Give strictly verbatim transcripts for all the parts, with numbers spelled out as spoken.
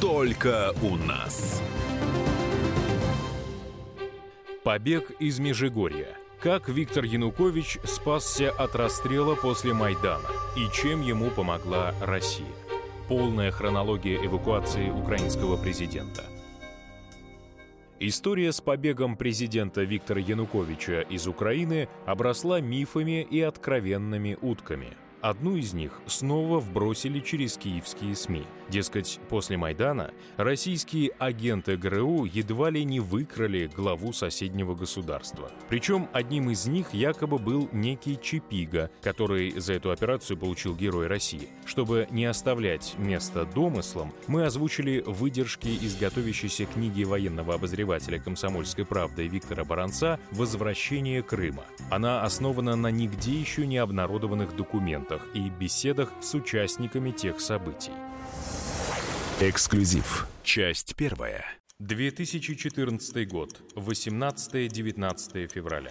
только у нас. Побег из Межигорья. Как Виктор Янукович спасся от расстрела после Майдана и чем ему помогла Россия. Полная хронология эвакуации украинского президента. История с побегом президента Виктора Януковича из Украины обросла мифами и откровенными утками. Одну из них снова вбросили через киевские СМИ. Дескать, после Майдана российские агенты ГРУ едва ли не выкрали главу соседнего государства. Причем одним из них якобы был некий Чипига, который за эту операцию получил Герой России. Чтобы не оставлять место домыслам, мы озвучили выдержки из готовящейся книги военного обозревателя «Комсомольской правды» Виктора Баранца «Возвращение Крыма». Она основана на нигде еще не обнародованных документах и беседах с участниками тех событий. Эксклюзив. Часть первая. две тысячи четырнадцатый год. восемнадцатое-девятнадцатое февраля.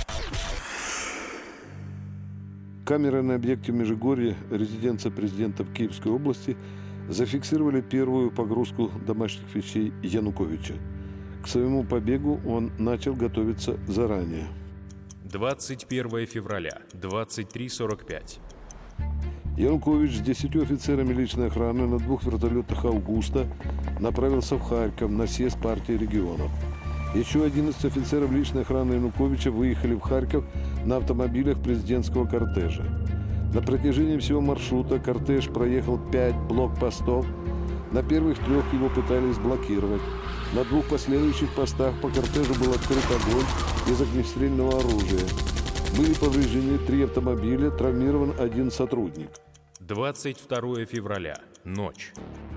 Камеры на объекте в Межигорье, резиденция президента в Киевской области, зафиксировали первую погрузку домашних вещей Януковича. К своему побегу он начал готовиться заранее. двадцать первое февраля, двадцать три сорок пять. Янукович с десятью офицерами личной охраны на двух вертолетах «Аугуста» направился в Харьков на съезд партии регионов. Еще одиннадцать офицеров личной охраны Януковича выехали в Харьков на автомобилях президентского кортежа. На протяжении всего маршрута кортеж проехал пять блокпостов. На первых трех его пытались блокировать. На двух последующих постах по кортежу был открыт огонь из огнестрельного оружия. Были повреждены три автомобиля, травмирован один сотрудник. двадцать второе февраля. Ночь.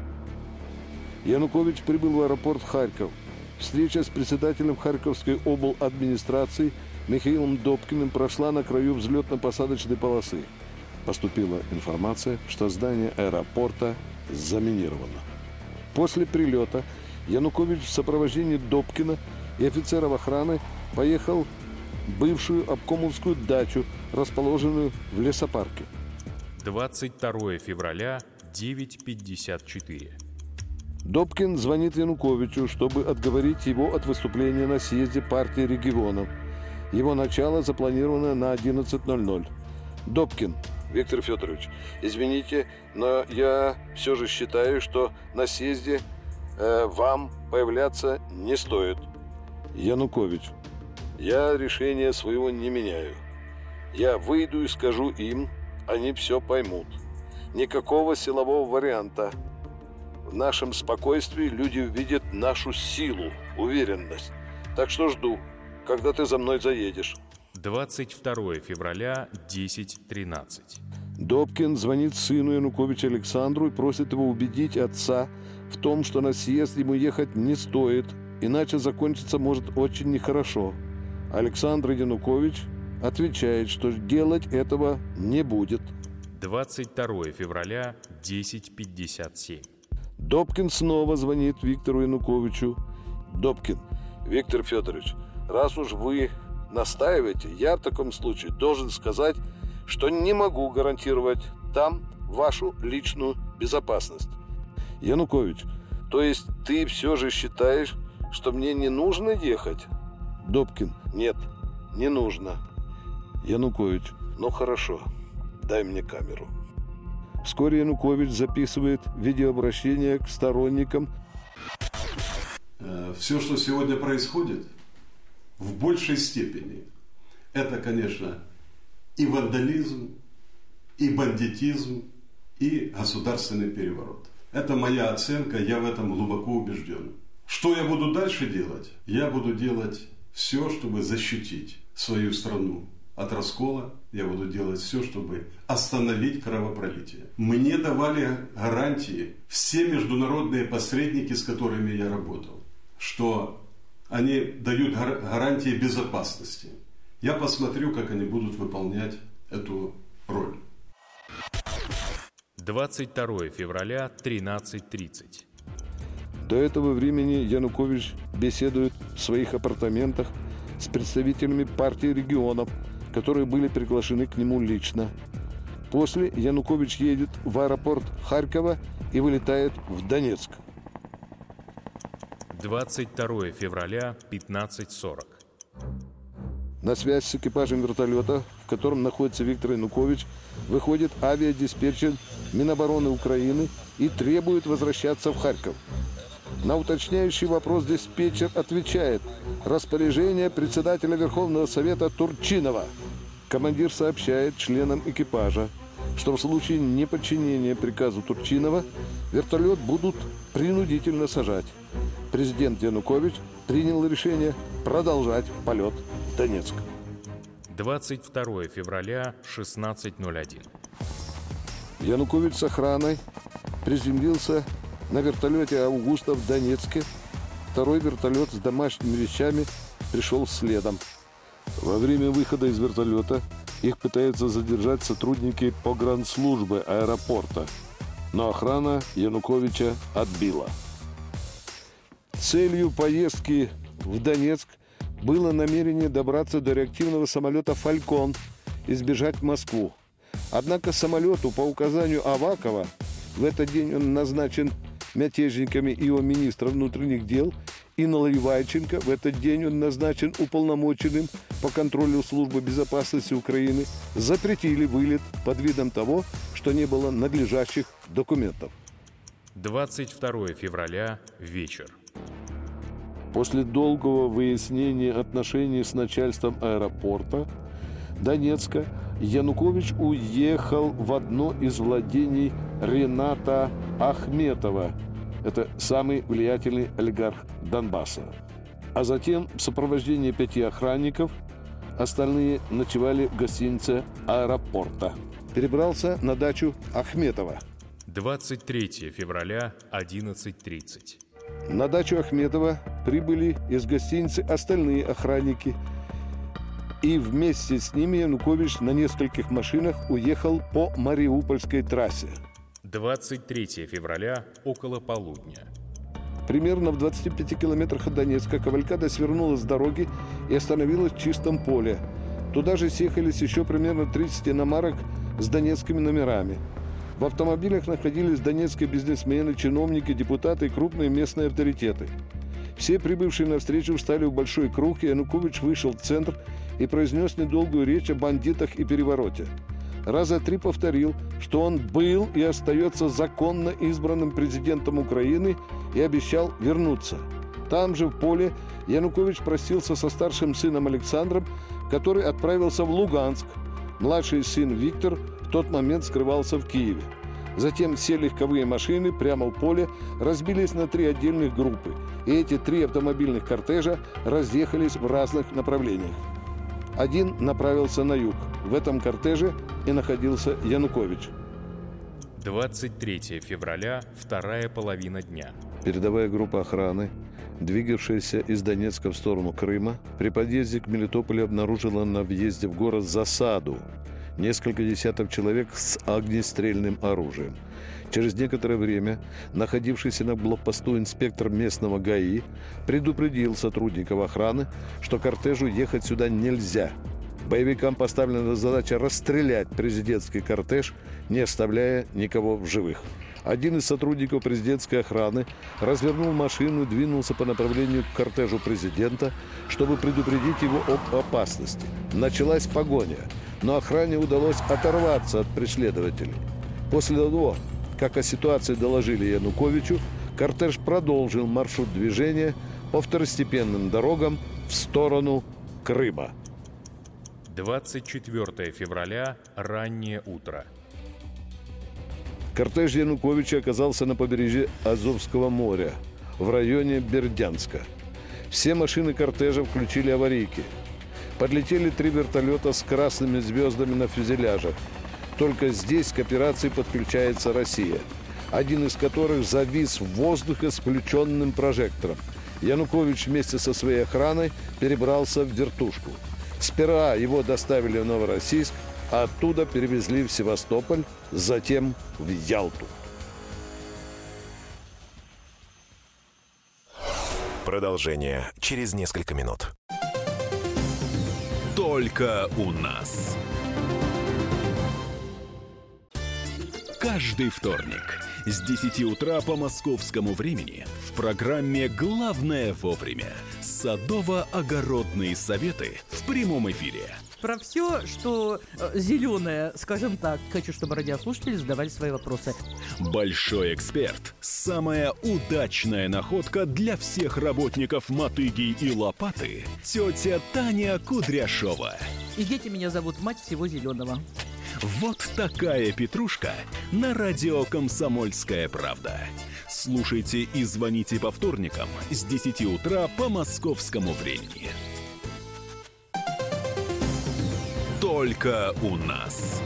Янукович прибыл в аэропорт Харьков. Встреча с председателем Харьковской обладминистрации Михаилом Добкиным прошла на краю взлетно-посадочной полосы. Поступила информация, что здание аэропорта заминировано. После прилета Янукович в сопровождении Добкина и офицеров охраны поехал в бывшую обкомовскую дачу, расположенную в лесопарке. двадцать второе февраля, девять пятьдесят четыре. Добкин звонит Януковичу, чтобы отговорить его от выступления на съезде партии регионов. Его начало запланировано на одиннадцать ноль ноль. Добкин: Виктор Федорович, извините, но я все же считаю, что на съезде э, вам появляться не стоит. Янукович: я решение своего не меняю. Я выйду и скажу им, они все поймут. Никакого силового варианта. В нашем спокойствии люди увидят нашу силу, уверенность. Так что жду, когда ты за мной заедешь. двадцать второе февраля, десять тринадцать. Добкин звонит сыну Януковича Александру и просит его убедить отца в том, что на съезд ему ехать не стоит, иначе закончиться может очень нехорошо. Александр Янукович отвечает, что делать этого не будет. двадцать второе февраля, десять пятьдесят семь. Добкин снова звонит Виктору Януковичу. Добкин: Виктор Федорович, раз уж вы настаиваете, я в таком случае должен сказать, что не могу гарантировать там вашу личную безопасность. Янукович: то есть ты все же считаешь, что мне не нужно ехать? Добкин: нет, не нужно. Янукович: ну хорошо, дай мне камеру. Вскоре Янукович записывает видеообращение к сторонникам. Все, что сегодня происходит, в большей степени, это, конечно, и вандализм, и бандитизм, и государственный переворот. Это моя оценка, я в этом глубоко убежден. Что я буду дальше делать? Я буду делать все, чтобы защитить свою страну от раскола. Я буду делать все, чтобы остановить кровопролитие. Мне давали гарантии все международные посредники, с которыми я работал, что они дают гарантии безопасности. Я посмотрю, как они будут выполнять эту роль. двадцать второе февраля, тринадцать тридцать. До этого времени Янукович беседует в своих апартаментах с представителями партии регионов, которые были приглашены к нему лично. После Янукович едет в аэропорт Харькова и вылетает в Донецк. двадцать второе февраля, пятнадцать сорок. На связь с экипажем вертолета, в котором находится Виктор Янукович, выходит авиадиспетчер Минобороны Украины и требует возвращаться в Харьков. На уточняющий вопрос диспетчер отвечает: распоряжение председателя Верховного Совета Турчинова. Командир сообщает членам экипажа, что в случае неподчинения приказу Турчинова вертолет будут принудительно сажать. Президент Янукович принял решение продолжать полет в Донецк. двадцать второе февраля, шестнадцать ноль один. Янукович с охраной приземлился на вертолете «Августа» в Донецке. Второй вертолет с домашними вещами пришел следом. Во время выхода из вертолета их пытаются задержать сотрудники погранслужбы аэропорта, но охрана Януковича отбила. Целью поездки в Донецк было намерение добраться до реактивного самолета «Фалькон» и сбежать в Москву. Однако самолету по указанию Авакова, в этот день он назначен мятежниками его министра внутренних дел, и Наливайченко, в этот день он назначен уполномоченным по контролю службы безопасности Украины, запретили вылет под видом того, что не было надлежащих документов. двадцать второе февраля, вечер. После долгого выяснения отношений с начальством аэропорта Донецка Янукович уехал в одно из владений Рената Ахметова. Это самый влиятельный олигарх Донбасса. А затем в сопровождении пяти охранников остальные ночевали в гостинице аэропорта. Перебрался на дачу Ахметова. двадцать третье февраля, одиннадцать тридцать. На дачу Ахметова прибыли из гостиницы остальные охранники. И вместе с ними Янукович на нескольких машинах уехал по Мариупольской трассе. двадцать третье февраля, около полудня. Примерно в двадцати пяти километрах от Донецка кавалькада свернула с дороги и остановилась в чистом поле. Туда же съехались еще примерно тридцать иномарок с донецкими номерами. В автомобилях находились донецкие бизнесмены, чиновники, депутаты и крупные местные авторитеты. Все прибывшие на встречу встали в большой круг, и Янукович вышел в центр и произнес недолгую речь о бандитах и перевороте. Раза три повторил, что он был и остается законно избранным президентом Украины, и обещал вернуться. Там же, в поле, Янукович простился со старшим сыном Александром, который отправился в Луганск. Младший сын Виктор в тот момент скрывался в Киеве. Затем все легковые машины прямо в поле разбились на три отдельных группы, и эти три автомобильных кортежа разъехались в разных направлениях. Один направился на юг. В этом кортеже и находился Янукович. двадцать третье февраля, вторая половина дня. Передовая группа охраны, двигавшаяся из Донецка в сторону Крыма, при подъезде к Мелитополю обнаружила на въезде в город засаду. Несколько десятков человек с огнестрельным оружием. Через некоторое время находившийся на блокпосту инспектор местного ГАИ предупредил сотрудников охраны, что кортежу ехать сюда нельзя. Боевикам поставлена задача расстрелять президентский кортеж, не оставляя никого в живых. Один из сотрудников президентской охраны развернул машину и двинулся по направлению к кортежу президента, чтобы предупредить его об опасности. Началась погоня, но охране удалось оторваться от преследователей. После того, как о ситуации доложили Януковичу, кортеж продолжил маршрут движения по второстепенным дорогам в сторону Крыма. двадцать четвертое февраля, раннее утро. Кортеж Януковича оказался на побережье Азовского моря, в районе Бердянска. Все машины кортежа включили аварийки. Подлетели три вертолета с красными звездами на фюзеляжах. Только здесь к операции подключается Россия, один из которых завис в воздухе с включенным прожектором. Янукович вместе со своей охраной перебрался в вертушку. Сперва его доставили в Новороссийск, а оттуда перевезли в Севастополь, затем в Ялту. Продолжение через несколько минут. Только у нас. Каждый вторник с десяти утра по московскому времени в программе «Главное вовремя» садово-огородные советы в прямом эфире. Про все, что э, зеленое, скажем так. Хочу, чтобы радиослушатели задавали свои вопросы. Большой эксперт. Самая удачная находка для всех работников мотыги и лопаты. Тетя Таня Кудряшова. И дети меня зовут мать всего зеленого. Вот такая петрушка на радио «Комсомольская правда». Слушайте и звоните по вторникам с десяти утра по московскому времени. Только у нас.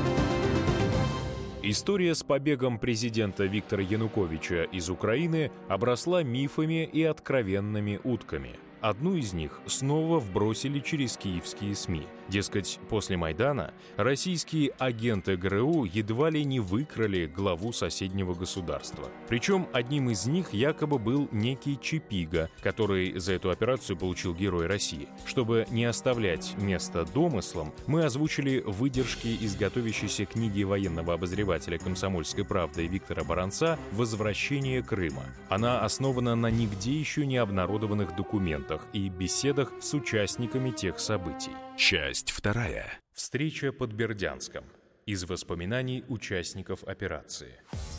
История с побегом президента Виктора Януковича из Украины обросла мифами и откровенными утками. Одну из них снова вбросили через киевские СМИ. Дескать, после Майдана российские агенты ГРУ едва ли не выкрали главу соседнего государства. Причем одним из них якобы был некий Чипига, который за эту операцию получил Герой России. Чтобы не оставлять место домыслам, мы озвучили выдержки из готовящейся книги военного обозревателя «Комсомольской правды» Виктора Баранца «Возвращение Крыма». Она основана на нигде еще не обнародованных документах и беседах с участниками тех событий. Часть вторая. Встреча под Бердянском. Из воспоминаний участников операции.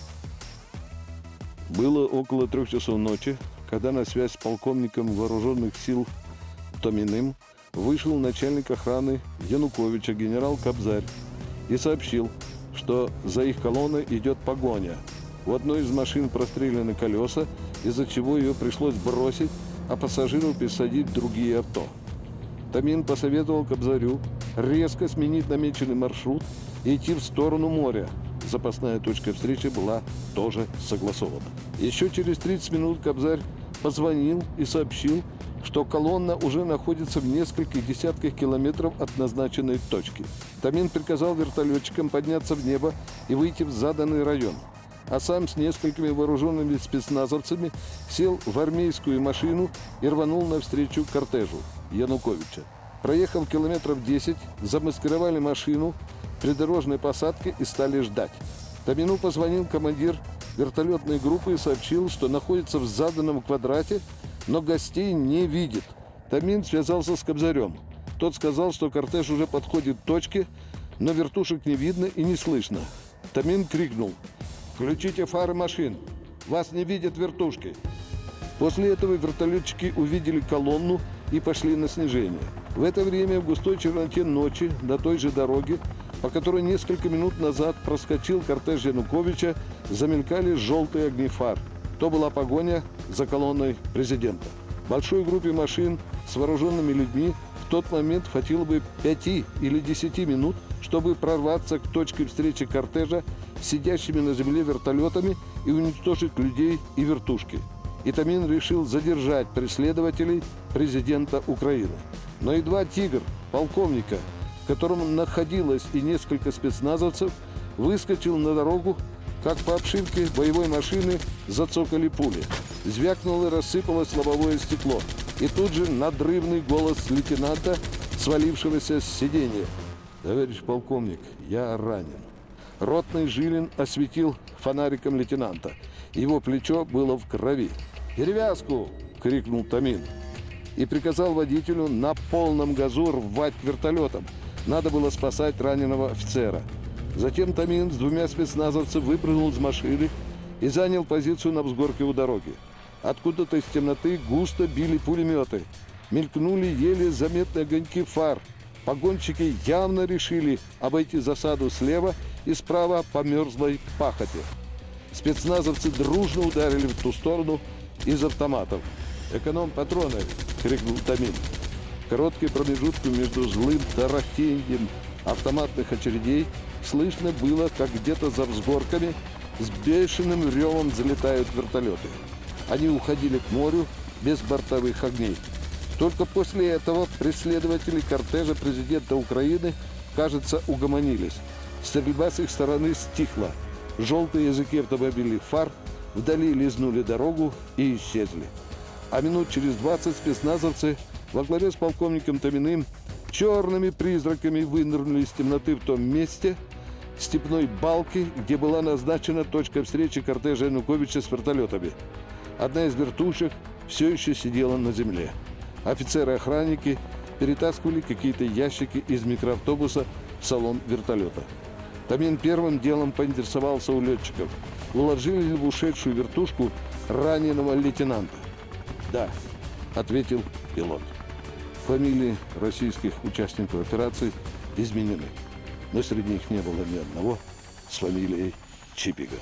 Было около трех часов ночи, когда на связь с полковником вооруженных сил Томиным вышел начальник охраны Януковича генерал Кобзарь и сообщил, что за их колонной идет погоня. У одной из машин прострелены колеса, из-за чего ее пришлось бросить, а пассажиров пересадить в другие авто. Томин посоветовал Кобзарю резко сменить намеченный маршрут и идти в сторону моря. Запасная точка встречи была тоже согласована. Еще через тридцать минут Кобзарь позвонил и сообщил, что колонна уже находится в нескольких десятках километров от назначенной точки. Томин приказал вертолетчикам подняться в небо и выйти в заданный район, а сам с несколькими вооруженными спецназовцами сел в армейскую машину и рванул навстречу кортежу Януковича. Проехав километров десять, замаскировали машину придорожной посадке и стали ждать. Томину позвонил командир вертолетной группы и сообщил, что находится в заданном квадрате, но гостей не видит. Томин связался с Кобзарем. Тот сказал, что кортеж уже подходит к точке, но вертушек не видно и не слышно. Томин крикнул: «Включите фары машин! Вас не видят вертушки!» После этого вертолетчики увидели колонну и пошли на снижение. В это время в густой черноте ночи на той же дороге, по которой несколько минут назад проскочил кортеж Януковича, замелькали желтые огни фар. То была погоня за колонной президента. Большой группе машин с вооруженными людьми в тот момент хватило бы пяти или десяти минут, чтобы прорваться к точке встречи кортежа с сидящими на земле вертолетами и уничтожить людей и вертушки. И Томин решил задержать преследователей президента Украины. Но едва «Тигр» полковника, в котором находилось и несколько спецназовцев, выскочил на дорогу, как по обшивке боевой машины зацокали пули. Звякнуло и рассыпалось лобовое стекло. И тут же надрывный голос лейтенанта, свалившегося с сиденья: «Товарищ полковник, я ранен». Ротный Жилин осветил фонариком лейтенанта. Его плечо было в крови. «Перевязку!» — крикнул Томин. И приказал водителю на полном газу рвать вертолетом. Надо было спасать раненого офицера. Затем Томин с двумя спецназовцами выпрыгнул из машины и занял позицию на взгорке у дороги. Откуда-то из темноты густо били пулеметы. Мелькнули еле заметные огоньки фар. Погонщики явно решили обойти засаду слева и справа по мерзлой пахоте. Спецназовцы дружно ударили в ту сторону из автоматов. «Эконом-патроны!» — крикнул Томин. В короткие промежутки между злым тарахтеньем автоматных очередей слышно было, как где-то за взгорками с бешеным ревом взлетают вертолеты. Они уходили к морю без бортовых огней. Только после этого преследователи кортежа президента Украины, кажется, угомонились. Стрельба с их стороны стихла. Желтые языки автомобилей фар вдали лизнули дорогу и исчезли. А минут через двадцать спецназовцы во главе с полковником Томиным черными призраками вынырнули из темноты в том месте, Степной Балки, где была назначена точка встречи кортежа Януковича с вертолетами. Одна из вертушек все еще сидела на земле. Офицеры-охранники перетаскивали какие-то ящики из микроавтобуса в салон вертолета. Томин первым делом поинтересовался у летчиков, уложили ли в ушедшую вертушку раненого лейтенанта. «Да», — ответил пилот. Фамилии российских участников операции изменены, но среди них не было ни одного с фамилией Чипига.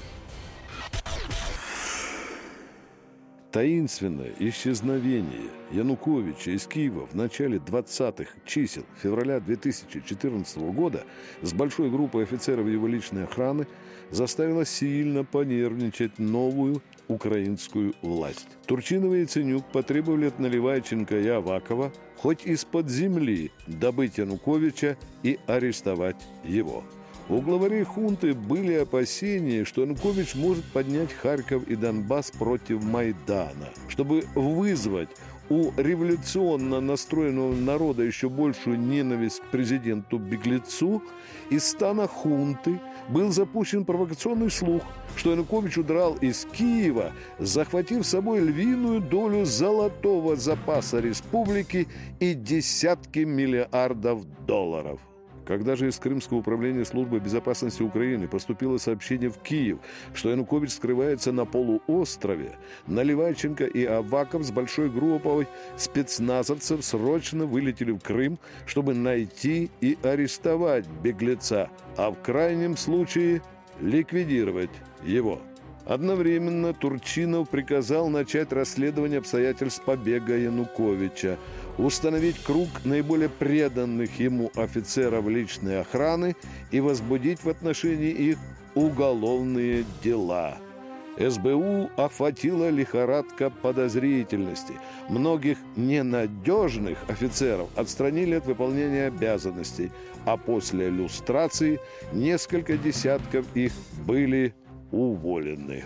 Таинственное исчезновение Януковича из Киева в начале двадцатых чисел февраля две тысячи четырнадцатого года с большой группой офицеров его личной охраны заставило сильно понервничать новую украинскую власть. Турчинов и Яценюк потребовали от Наливайченко и Авакова хоть из-под земли добыть Януковича и арестовать его. У главарей хунты были опасения, что Янукович может поднять Харьков и Донбасс против Майдана, чтобы вызвать у революционно настроенного народа еще большую ненависть к президенту-беглецу. Из стана хунты был запущен провокационный слух, что Янукович удрал из Киева, захватив с собой львиную долю золотого запаса республики и десятки миллиардов долларов. Когда же из Крымского управления службы безопасности Украины поступило сообщение в Киев, что Янукович скрывается на полуострове, Наливайченко и Аваков с большой группой спецназовцев срочно вылетели в Крым, чтобы найти и арестовать беглеца, а в крайнем случае ликвидировать его. Одновременно Турчинов приказал начать расследование обстоятельств побега Януковича, установить круг наиболее преданных ему офицеров личной охраны и возбудить в отношении их уголовные дела. эс бэ у охватила лихорадка подозрительности. Многих ненадежных офицеров отстранили от выполнения обязанностей, а после люстрации несколько десятков их были уволены.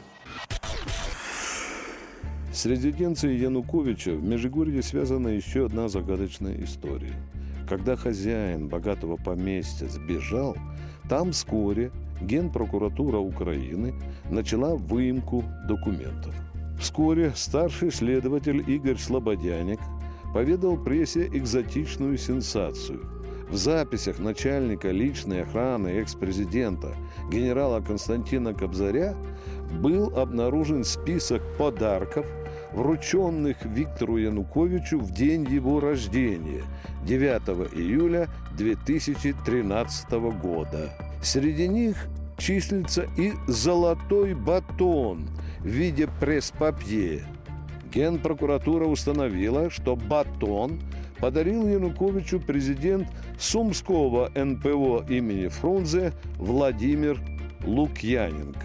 С резиденцией Януковича в Межигорье связана еще одна загадочная история. Когда хозяин богатого поместья сбежал, там вскоре Генпрокуратура Украины начала выемку документов. Вскоре старший следователь Игорь Слободяник поведал прессе экзотичную сенсацию. В записях начальника личной охраны экс-президента генерала Константина Кобзаря был обнаружен список подарков, врученных Виктору Януковичу в день его рождения, девятого июля две тысячи тринадцатого года. Среди них числится и золотой батон в виде пресс-папье. Генпрокуратура установила, что батон подарил Януковичу президент Сумского эн пэ о имени Фрунзе Владимир Лукьяненко.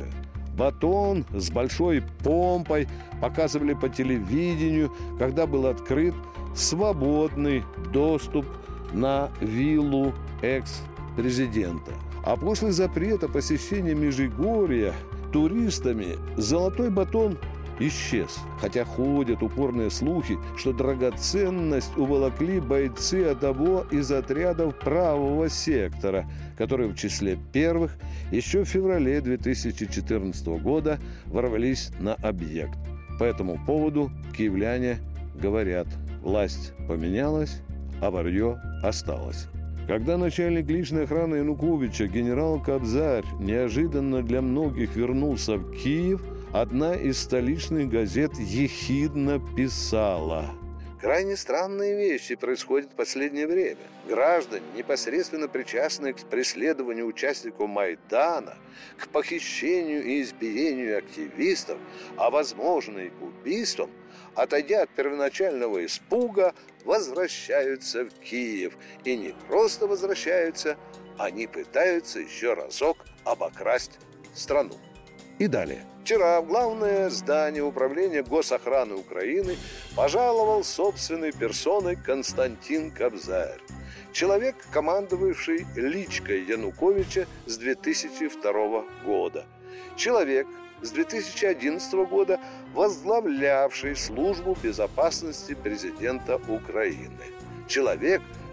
Батон с большой помпой показывали по телевидению, когда был открыт свободный доступ на виллу экс-президента. А после запрета посещения Межигорья туристами золотой батон исчез. Хотя ходят упорные слухи, что драгоценность уволокли бойцы одного из отрядов правого сектора, которые в числе первых еще в феврале две тысячи четырнадцатого года ворвались на объект. По этому поводу киевляне говорят: власть поменялась, а варьё осталось. Когда начальник личной охраны Януковича генерал Кобзарь неожиданно для многих вернулся в Киев, одна из столичных газет ехидно писала: «Крайне странные вещи происходят в последнее время. Граждане, непосредственно причастные к преследованию участников Майдана, к похищению и избиению активистов, а возможно и к убийствам, отойдя от первоначального испуга, возвращаются в Киев. И не просто возвращаются, они пытаются еще разок обокрасть страну». И далее. Вчера в главное здание Управления госохраны Украины пожаловал собственной персоной Константин Кобзарь. Человек, командовавший личкой Януковича с две тысячи второго года. Человек, с две тысячи одиннадцатого года возглавлявший службу безопасности президента Украины. Человек,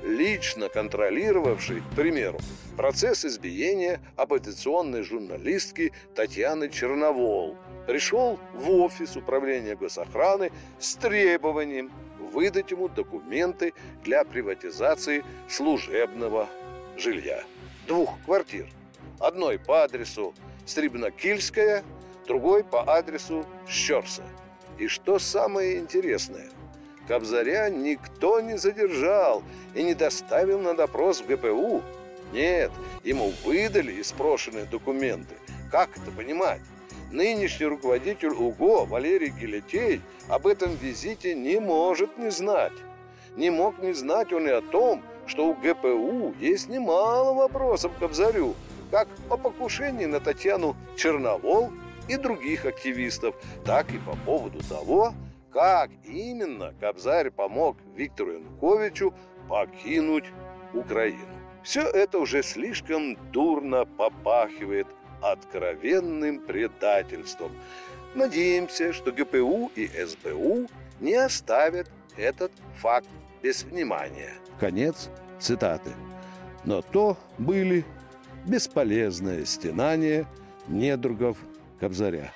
лично контролировавший, к примеру, процесс избиения оппозиционной журналистки Татьяны Черновол, пришел в офис управления госохраны с требованием выдать ему документы для приватизации служебного жилья. Двух квартир. Одной по адресу Стрибнокильская, другой по адресу Щерса. И что самое интересное, Кобзаря никто не задержал и не доставил на допрос в гэ пэ у. Нет, ему выдали испрошенные документы. Как это понимать? Нынешний руководитель УГО Валерий Гелетей об этом визите не может не знать. Не мог не знать он и о том, что у гэ пэ у есть немало вопросов к Кобзарю, как о покушении на Татьяну Черновол и других активистов, так и по поводу того, как именно Кобзарь помог Виктору Януковичу покинуть Украину. Все это уже слишком дурно попахивает откровенным предательством. Надеемся, что гэ пэ у и эс бэ у не оставят этот факт без внимания. Конец цитаты. Но то были бесполезные стенания недругов Кобзаря.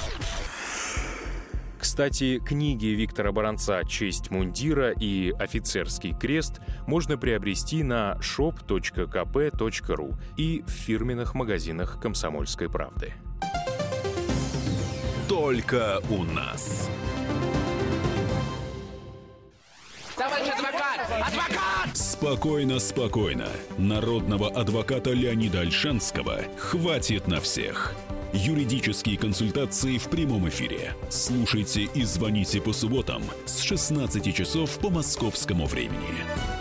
Кстати, книги Виктора Баранца «Честь мундира» и «Офицерский крест» можно приобрести на шоп точка ка пэ точка ру и в фирменных магазинах «Комсомольской правды». Только у нас. Товарищ адвокат! Адвокат! Спокойно, спокойно. Народного адвоката Леонида Ольшанского хватит на всех. Юридические консультации в прямом эфире. Слушайте и звоните по субботам с шестнадцати часов по московскому времени.